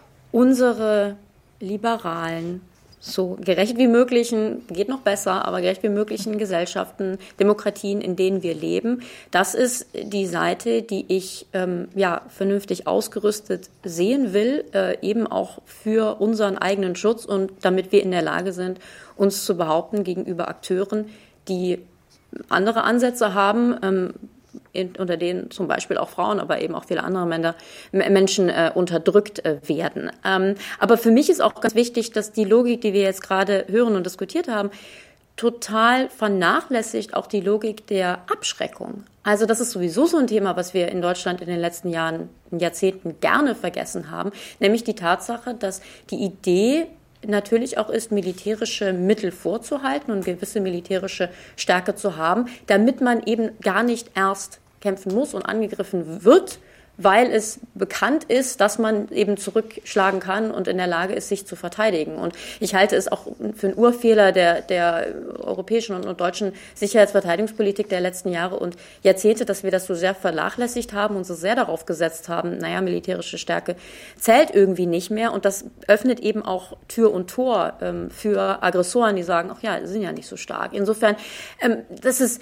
unsere liberalen, so gerecht wie möglichen, geht noch besser, aber gerecht wie möglichen Gesellschaften, Demokratien, in denen wir leben, das ist die Seite, die ich ähm, ja vernünftig ausgerüstet sehen will, äh, eben auch für unseren eigenen Schutz und damit wir in der Lage sind, uns zu behaupten gegenüber Akteuren, die andere Ansätze haben, ähm, In, unter denen zum Beispiel auch Frauen, aber eben auch viele andere Männer, Menschen äh, unterdrückt äh, werden. Ähm, aber für mich ist auch ganz wichtig, dass die Logik, die wir jetzt gerade hören und diskutiert haben, total vernachlässigt auch die Logik der Abschreckung. Also das ist sowieso so ein Thema, was wir in Deutschland in den letzten Jahren, Jahrzehnten gerne vergessen haben, nämlich die Tatsache, dass die Idee natürlich auch ist, militärische Mittel vorzuhalten und gewisse militärische Stärke zu haben, damit man eben gar nicht erst kämpfen muss und angegriffen wird, weil es bekannt ist, dass man eben zurückschlagen kann und in der Lage ist, sich zu verteidigen. Und ich halte es auch für einen Urfehler der, der europäischen und deutschen Sicherheitsverteidigungspolitik der letzten Jahre und Jahrzehnte, dass wir das so sehr vernachlässigt haben und so sehr darauf gesetzt haben, naja, militärische Stärke zählt irgendwie nicht mehr. Und das öffnet eben auch Tür und Tor ähm, für Aggressoren, die sagen, ach ja, die sind ja nicht so stark. Insofern, ähm, das ist...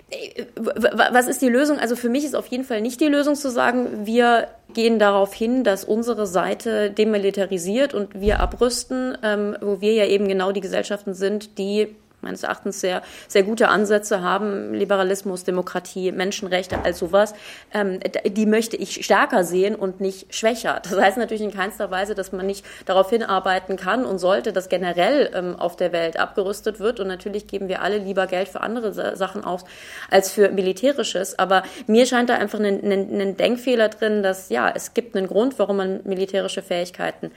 Was ist die Lösung? Also für mich ist auf jeden Fall nicht die Lösung zu sagen, wir gehen darauf hin, dass unsere Seite demilitarisiert und wir abrüsten, ähm, wo wir ja eben genau die Gesellschaften sind, die meines Erachtens sehr, sehr gute Ansätze haben, Liberalismus, Demokratie, Menschenrechte, all sowas, ähm, die möchte ich stärker sehen und nicht schwächer. Das heißt natürlich in keinster Weise, dass man nicht darauf hinarbeiten kann und sollte, dass generell ähm, auf der Welt abgerüstet wird und natürlich geben wir alle lieber Geld für andere Sachen aus als für Militärisches, aber mir scheint da einfach ein, ein, ein Denkfehler drin, dass ja, es gibt einen Grund, warum man militärische Fähigkeiten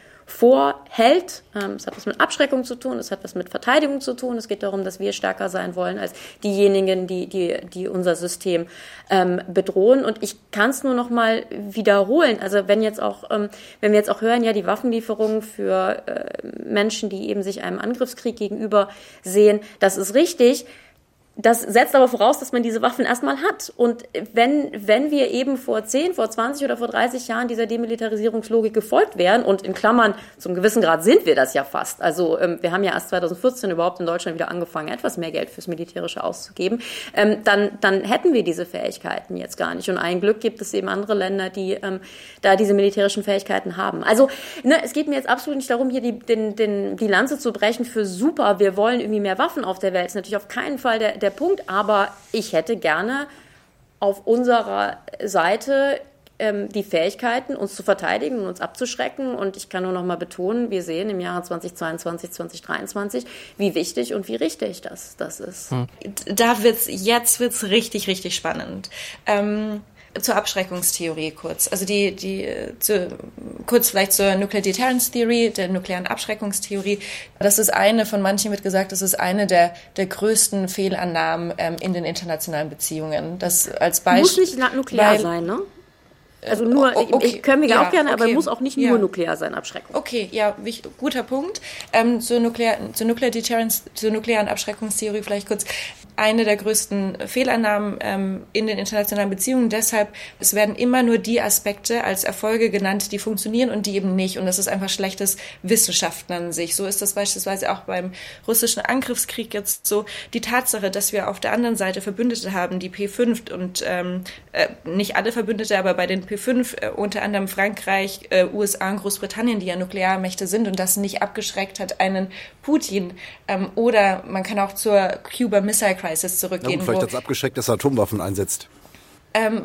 vorhält. Es hat was mit Abschreckung zu tun, es hat was mit Verteidigung zu tun. Es geht darum, dass wir stärker sein wollen als diejenigen, die, die, die unser System ähm, bedrohen. Und ich kann es nur noch mal wiederholen. Also wenn jetzt auch, ähm, wenn wir jetzt auch hören, ja, die Waffenlieferungen für äh, Menschen, die eben sich einem Angriffskrieg gegenüber sehen, das ist richtig. Das setzt aber voraus, dass man diese Waffen erstmal hat. Und wenn, wenn wir eben vor zehn, vor zwanzig oder vor dreißig Jahren dieser Demilitarisierungslogik gefolgt wären, und in Klammern, zum gewissen Grad sind wir das ja fast. Also ähm, wir haben ja erst zwanzig vierzehn überhaupt in Deutschland wieder angefangen, etwas mehr Geld fürs Militärische auszugeben. Ähm, dann, dann hätten wir diese Fähigkeiten jetzt gar nicht. Und ein Glück gibt es eben andere Länder, die ähm, da diese militärischen Fähigkeiten haben. Also ne, es geht mir jetzt absolut nicht darum, hier die, den, den, die Lanze zu brechen für super, wir wollen irgendwie mehr Waffen auf der Welt. Das ist natürlich auf keinen Fall der, der Punkt, aber ich hätte gerne auf unserer Seite ähm, die Fähigkeiten, uns zu verteidigen und uns abzuschrecken. Und ich kann nur noch mal betonen, wir sehen im Jahre zweitausendzweiundzwanzig, zweitausenddreiundzwanzig, wie wichtig und wie richtig das, das ist. Hm. Da wird's, jetzt wird's richtig, richtig spannend. Ähm Zur Abschreckungstheorie kurz. Also die, die, zu, kurz vielleicht zur Nuclear Deterrence Theory, der nuklearen Abschreckungstheorie. Das ist eine, von manchen wird gesagt, das ist eine der, der größten Fehlannahmen ähm, in den internationalen Beziehungen. Das als Beispiel. Muss nicht nuklear weil, sein, ne? Also nur, okay, können wir ja auch gerne, okay, aber muss auch nicht nur ja. nuklear sein, Abschreckung. Okay, ja, wichtig, guter Punkt. Ähm, zur, Nuklear, zur Nuclear Deterrence, zur nuklearen Abschreckungstheorie vielleicht kurz. Eine der größten Fehlannahmen ähm, in den internationalen Beziehungen. Deshalb, es werden immer nur die Aspekte als Erfolge genannt, die funktionieren und die eben nicht. Und das ist einfach schlechtes Wissenschaften an sich. So ist das beispielsweise auch beim russischen Angriffskrieg jetzt so. Die Tatsache, dass wir auf der anderen Seite Verbündete haben, die P fünf und ähm, äh, nicht alle Verbündete, aber bei den P fünf, äh, unter anderem Frankreich, äh, U S A und Großbritannien, die ja Nuklearmächte sind und das nicht abgeschreckt hat, einen Putin. Ähm, oder man kann auch zur Cuba Missile Crisis Crisis zurückgehen. Na gut, vielleicht hat es abgeschreckt, dass er Atomwaffen einsetzt. Ähm,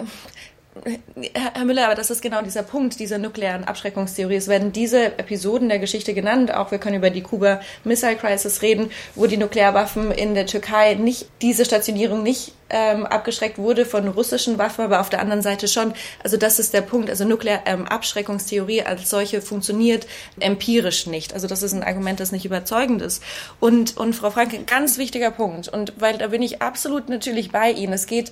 Herr Müller, aber das ist genau dieser Punkt dieser nuklearen Abschreckungstheorie. Es werden diese Episoden der Geschichte genannt, auch wir können über die Kuba Missile Crisis reden, wo die Nuklearwaffen in der Türkei nicht, diese Stationierung nicht ähm, abgeschreckt wurde von russischen Waffen, aber auf der anderen Seite schon. Also das ist der Punkt. Also nukleare ähm, Abschreckungstheorie als solche funktioniert empirisch nicht. Also das ist ein Argument, das nicht überzeugend ist. Und, und Frau Franke, ganz wichtiger Punkt. Und weil da bin ich absolut natürlich bei Ihnen. Es geht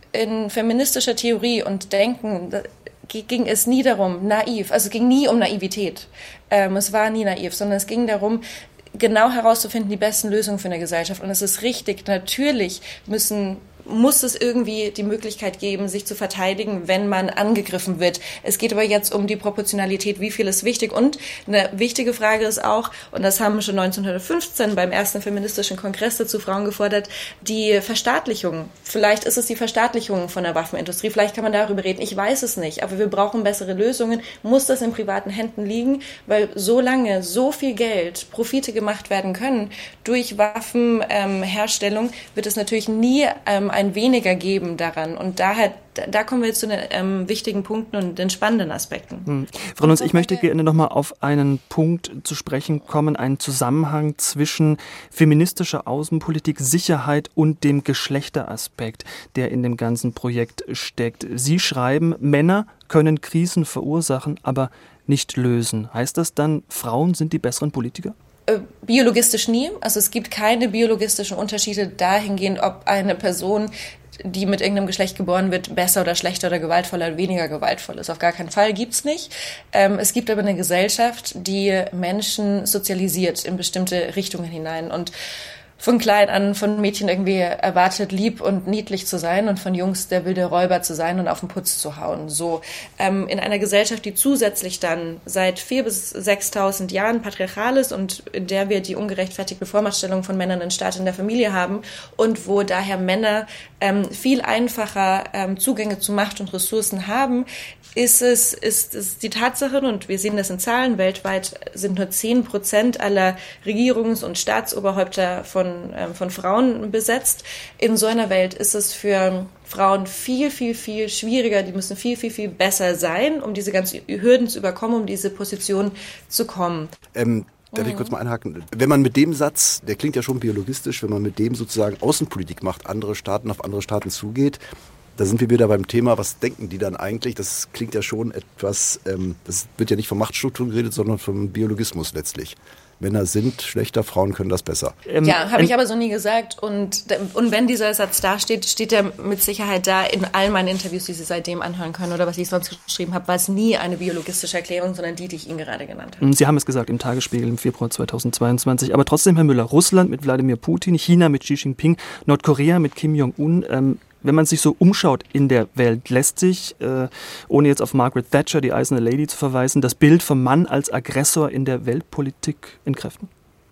in feministischer Theorie und Denken ging es nie darum, naiv, also es ging nie um Naivität. Ähm, es war nie naiv, sondern es ging darum, genau herauszufinden, die besten Lösungen für eine Gesellschaft. Und es ist richtig, natürlich müssen muss es irgendwie die Möglichkeit geben, sich zu verteidigen, wenn man angegriffen wird. Es geht aber jetzt um die Proportionalität, wie viel ist wichtig. Und eine wichtige Frage ist auch, und das haben wir schon neunzehnhundertfünfzehn beim ersten feministischen Kongress dazu Frauen gefordert, die Verstaatlichung. Vielleicht ist es die Verstaatlichung von der Waffenindustrie, vielleicht kann man darüber reden, ich weiß es nicht, aber wir brauchen bessere Lösungen. Muss das in privaten Händen liegen? Weil solange so viel Geld, Profite gemacht werden können durch Waffenherstellung, ähm, wird es natürlich nie ähm, ein weniger geben daran. Und daher, da kommen wir jetzt zu den ähm, wichtigen Punkten und den spannenden Aspekten. Hm. Frau Lunz, ich möchte gerne nochmal auf einen Punkt zu sprechen kommen, einen Zusammenhang zwischen feministischer Außenpolitik, Sicherheit und dem Geschlechteraspekt, der in dem ganzen Projekt steckt. Sie schreiben, Männer können Krisen verursachen, aber nicht lösen. Heißt das dann, Frauen sind die besseren Politiker? Biologistisch nie. Also es gibt keine biologistischen Unterschiede dahingehend, ob eine Person, die mit irgendeinem Geschlecht geboren wird, besser oder schlechter oder gewaltvoller oder weniger gewaltvoll ist. Auf gar keinen Fall gibt's nicht. Ähm, es gibt aber eine Gesellschaft, die Menschen sozialisiert in bestimmte Richtungen hinein und von klein an von Mädchen irgendwie erwartet, lieb und niedlich zu sein und von Jungs der wilde Räuber zu sein und auf den Putz zu hauen. So ähm, in einer Gesellschaft, die zusätzlich dann seit viertausend bis sechstausend Jahren patriarchal ist und in der wir die ungerechtfertigte Vormachtstellung von Männern in Staat und in der Familie haben und wo daher Männer ähm, viel einfacher ähm, Zugänge zu Macht und Ressourcen haben, ist es ist, ist die Tatsache, und wir sehen das in Zahlen, weltweit sind nur zehn Prozent aller Regierungs- und Staatsoberhäupter von, ähm, von Frauen besetzt. In so einer Welt ist es für Frauen viel, viel, viel schwieriger. Die müssen viel, viel, viel besser sein, um diese ganzen Hürden zu überkommen, um diese Position zu kommen. Ähm Darf ich kurz mal einhaken? Wenn man mit dem Satz, der klingt ja schon biologistisch, wenn man mit dem sozusagen Außenpolitik macht, andere Staaten auf andere Staaten zugeht, da sind wir wieder beim Thema, was denken die dann eigentlich? Das klingt ja schon etwas, ähm, das wird ja nicht von Machtstrukturen geredet, sondern vom Biologismus letztlich. Männer sind schlechter, Frauen können das besser. Ähm, ja, habe ich aber so nie gesagt. Und, und wenn dieser Satz da steht, steht er mit Sicherheit da in all meinen Interviews, die Sie seitdem anhören können oder was ich sonst geschrieben habe, war es nie eine biologistische Erklärung, sondern die, die ich Ihnen gerade genannt habe. Sie haben es gesagt im Tagesspiegel im Februar zweitausendzweiundzwanzig. Aber trotzdem, Herr Müller, Russland mit Wladimir Putin, China mit Xi Jinping, Nordkorea mit Kim Jong-un, ähm, wenn man sich so umschaut in der Welt, lässt sich, äh, ohne jetzt auf Margaret Thatcher, die Eiserne Lady zu verweisen, das Bild vom Mann als Aggressor in der Weltpolitik entkräften?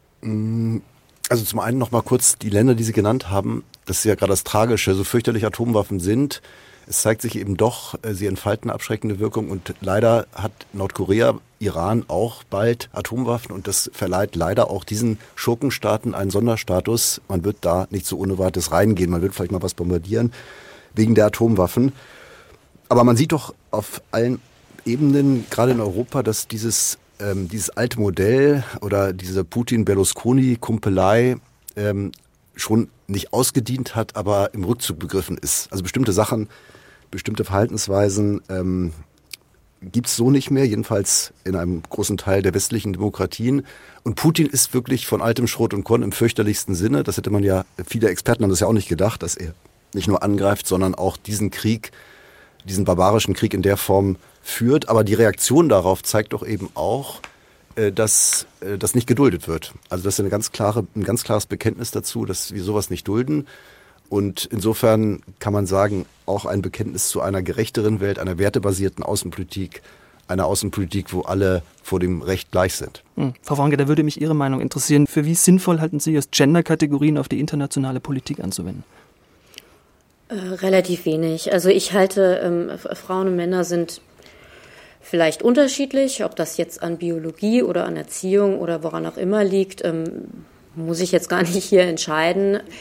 Also zum einen noch mal kurz die Länder, die Sie genannt haben. Das ist ja gerade das Tragische, so fürchterlich Atomwaffen sind. Es zeigt sich eben doch, sie entfalten eine abschreckende Wirkung und leider hat Nordkorea, Iran auch bald Atomwaffen und das verleiht leider auch diesen Schurkenstaaten einen Sonderstatus. Man wird da nicht so ohne weiteres reingehen, man wird vielleicht mal was bombardieren wegen der Atomwaffen. Aber man sieht doch auf allen Ebenen, gerade in Europa, dass dieses, ähm, dieses alte Modell oder diese Putin-Berlusconi-Kumpelei ähm, schon nicht ausgedient hat, aber im Rückzug begriffen ist. Also bestimmte Sachen, bestimmte Verhaltensweisen ähm, gibt es so nicht mehr, jedenfalls in einem großen Teil der westlichen Demokratien. Und Putin ist wirklich von altem Schrot und Korn im fürchterlichsten Sinne. Das hätte man ja, viele Experten haben das ja auch nicht gedacht, dass er nicht nur angreift, sondern auch diesen Krieg, diesen barbarischen Krieg in der Form führt. Aber die Reaktion darauf zeigt doch eben auch, dass das nicht geduldet wird. Also das ist eine ganz klare, ein ganz klares Bekenntnis dazu, dass wir sowas nicht dulden. Und insofern kann man sagen, auch ein Bekenntnis zu einer gerechteren Welt, einer wertebasierten Außenpolitik, einer Außenpolitik, wo alle vor dem Recht gleich sind. Hm. Frau Franke, da würde mich Ihre Meinung interessieren. Für wie sinnvoll halten Sie es, Gender-Kategorien auf die internationale Politik anzuwenden? Äh, relativ wenig. Also ich halte, ähm, Frauen und Männer sind vielleicht unterschiedlich, ob das jetzt an Biologie oder an Erziehung oder woran auch immer liegt, ähm, muss ich jetzt gar nicht hier entscheiden.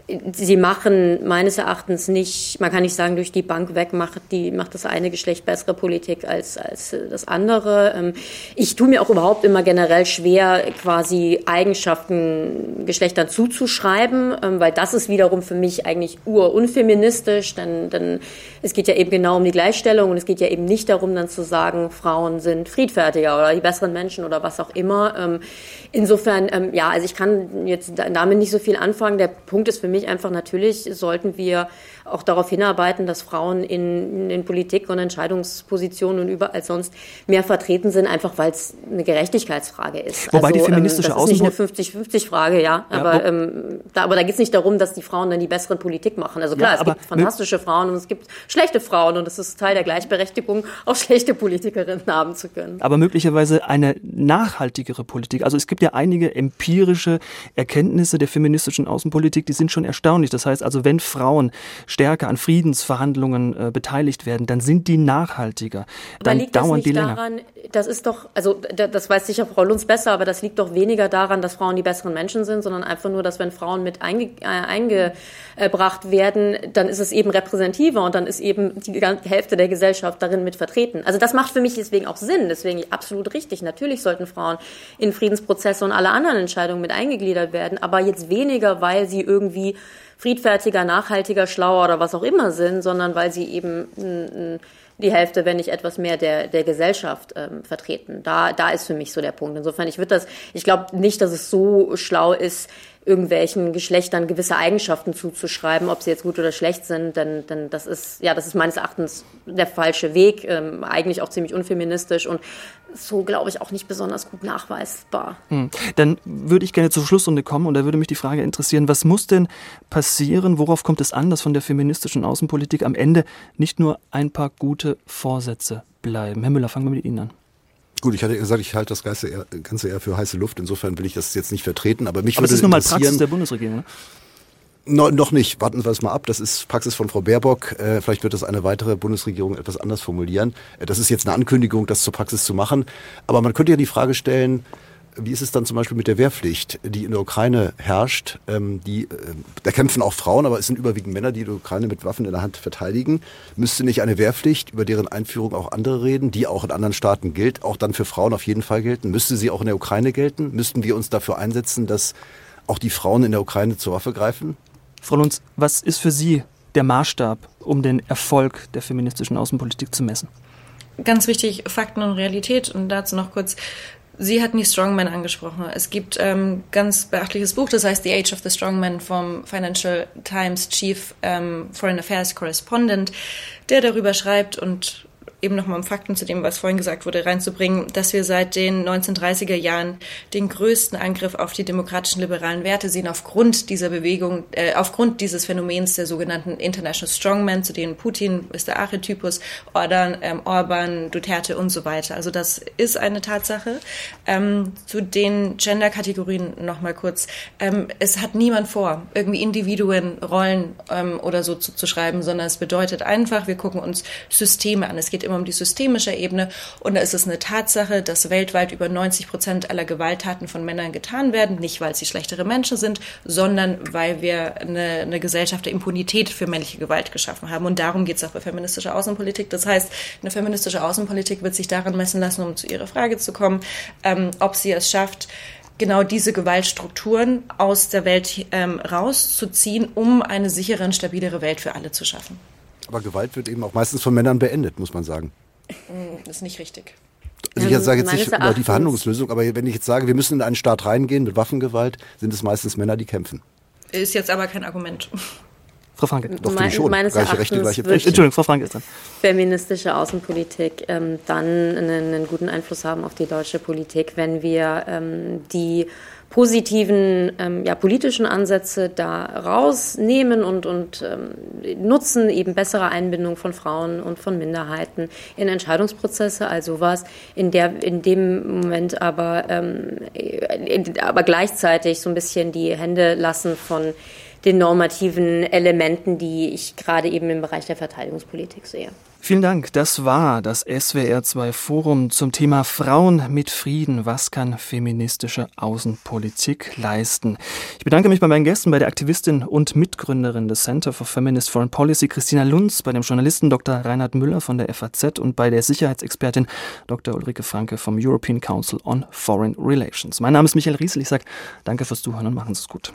sie machen meines Erachtens nicht, man kann nicht sagen, durch die Bank weg macht, die, macht das eine Geschlecht bessere Politik als, als das andere. Ich tue mir auch überhaupt immer generell schwer, quasi Eigenschaften Geschlechtern zuzuschreiben, weil das ist wiederum für mich eigentlich urunfeministisch, denn, denn es geht ja eben genau um die Gleichstellung und es geht ja eben nicht darum, dann zu sagen, Frauen sind friedfertiger oder die besseren Menschen oder was auch immer. Insofern, ja, also ich kann jetzt damit nicht so viel anfangen. Der Punkt ist für mich einfach, natürlich sollten wir auch darauf hinarbeiten, dass Frauen in, in Politik und Entscheidungspositionen und überall sonst mehr vertreten sind, einfach weil es eine Gerechtigkeitsfrage ist. Wobei also, die feministische ähm, das ist nicht eine fünfzig fünfzig Frage, ja, aber, ja, ähm, da, aber da geht es nicht darum, dass die Frauen dann die bessere Politik machen. Also klar, ja, es gibt fantastische Frauen und es gibt schlechte Frauen und es ist Teil der Gleichberechtigung, auch schlechte Politikerinnen haben zu können. Aber möglicherweise eine nachhaltigere Politik. Also es gibt ja einige empirische Erkenntnisse der feministischen Außenpolitik, die sind schon erstaunlich. Das heißt also, wenn Frauen stärker an Friedensverhandlungen äh, beteiligt werden, dann sind die nachhaltiger. Dann liegt das dauern nicht die länger. Daran, das ist doch, also das weiß sicher Frau Lunz besser, aber das liegt doch weniger daran, dass Frauen die besseren Menschen sind, sondern einfach nur, dass wenn Frauen mit einge, äh, eingebracht werden, dann ist es eben repräsentativer und dann ist eben die Hälfte der Gesellschaft darin mit vertreten. Also das macht für mich deswegen auch Sinn, deswegen absolut richtig. Natürlich sollten Frauen in Friedensprozesse und alle anderen Entscheidungen mit eingegliedert werden, aber jetzt weniger, weil sie irgendwie friedfertiger, nachhaltiger, schlauer oder was auch immer sind, sondern weil sie eben m, die Hälfte, wenn nicht etwas mehr der, der Gesellschaft ähm, vertreten. Da, da ist für mich so der Punkt. Insofern, ich würde das, ich glaube nicht, dass es so schlau ist, irgendwelchen Geschlechtern gewisse Eigenschaften zuzuschreiben, ob sie jetzt gut oder schlecht sind, denn, denn das ist, ja, das ist meines Erachtens der falsche Weg, ähm, eigentlich auch ziemlich unfeministisch und so, glaube ich, auch nicht besonders gut nachweisbar. Hm. Dann würde ich gerne zur Schlussrunde kommen und da würde mich die Frage interessieren, was muss denn passieren, worauf kommt es an, dass von der feministischen Außenpolitik am Ende nicht nur ein paar gute Vorsätze bleiben? Herr Müller, fangen wir mit Ihnen an. Gut, ich hatte gesagt, ich halte das Ganze eher, Ganze eher für heiße Luft. Insofern will ich das jetzt nicht vertreten. Aber mich aber würde das ist nun mal interessieren, Praxis der Bundesregierung, ne? No, noch nicht. Warten wir es mal ab. Das ist Praxis von Frau Baerbock. Äh, vielleicht wird das eine weitere Bundesregierung etwas anders formulieren. Äh, das ist jetzt eine Ankündigung, das zur Praxis zu machen. Aber man könnte ja die Frage stellen, wie ist es dann zum Beispiel mit der Wehrpflicht, die in der Ukraine herrscht? Ähm, die, äh, da kämpfen auch Frauen, aber es sind überwiegend Männer, die die Ukraine mit Waffen in der Hand verteidigen. Müsste nicht eine Wehrpflicht, über deren Einführung auch andere reden, die auch in anderen Staaten gilt, auch dann für Frauen auf jeden Fall gelten? Müsste sie auch in der Ukraine gelten? Müssten wir uns dafür einsetzen, dass auch die Frauen in der Ukraine zur Waffe greifen? Frau Lunz, was ist für Sie der Maßstab, um den Erfolg der feministischen Außenpolitik zu messen? Ganz wichtig, Fakten und Realität. Und dazu noch kurz, Sie hatten die Strongmen angesprochen. Es gibt ein ähm, ganz beachtliches Buch, das heißt The Age of the Strongman vom Financial Times Chief ähm, Foreign Affairs Correspondent, der darüber schreibt und eben nochmal um Fakten zu dem, was vorhin gesagt wurde, reinzubringen, dass wir seit den neunzehnhundertdreißiger Jahren den größten Angriff auf die demokratischen liberalen Werte sehen, aufgrund dieser Bewegung, äh, aufgrund dieses Phänomens der sogenannten International Strongmen, zu denen Putin ist der Archetypus, Orban, ähm, Orban, Duterte und so weiter. Also das ist eine Tatsache. Ähm, zu den Gender-Kategorien nochmal kurz. Ähm, es hat niemand vor, irgendwie Individuen, Rollen ähm, oder so zu, zu schreiben, sondern es bedeutet einfach, wir gucken uns Systeme an. Es geht immer um die systemische Ebene und da ist es eine Tatsache, dass weltweit über neunzig Prozent aller Gewalttaten von Männern getan werden, nicht weil sie schlechtere Menschen sind, sondern weil wir eine, eine Gesellschaft der Impunität für männliche Gewalt geschaffen haben und darum geht es auch bei feministischer Außenpolitik. Das heißt, eine feministische Außenpolitik wird sich daran messen lassen, um zu Ihrer Frage zu kommen, ähm, ob sie es schafft, genau diese Gewaltstrukturen aus der Welt ähm, rauszuziehen, um eine sichere und stabilere Welt für alle zu schaffen. Aber Gewalt wird eben auch meistens von Männern beendet, muss man sagen. Das ist nicht richtig. Also ich sage jetzt nicht über die Verhandlungslösung, aber wenn ich jetzt sage, wir müssen in einen Staat reingehen mit Waffengewalt, sind es meistens Männer, die kämpfen. Ist jetzt aber kein Argument. Frau Franke. Doch, finde ich schon. Meines gleiche Rechte, gleiche Pflichten. Entschuldigung, Frau Franke ist dran. Feministische Außenpolitik ähm, dann einen, einen guten Einfluss haben auf die deutsche Politik, wenn wir ähm, die positiven ähm, ja, politischen Ansätze da rausnehmen und, und ähm, nutzen, eben bessere Einbindung von Frauen und von Minderheiten in Entscheidungsprozesse, also was in der in dem Moment aber, ähm, in, aber gleichzeitig so ein bisschen die Hände lassen von den normativen Elementen, die ich gerade eben im Bereich der Verteidigungspolitik sehe. Vielen Dank. Das war das S W R zwei Forum zum Thema Frauen mit Frieden. Was kann feministische Außenpolitik leisten? Ich bedanke mich bei meinen Gästen, bei der Aktivistin und Mitgründerin des Center for Feminist Foreign Policy, Christina Lunz, bei dem Journalisten Doktor Reinhard Müller von der F A Z und bei der Sicherheitsexpertin Doktor Ulrike Franke vom European Council on Foreign Relations. Mein Name ist Michael Riesel. Ich sage danke fürs Zuhören und machen Sie es gut.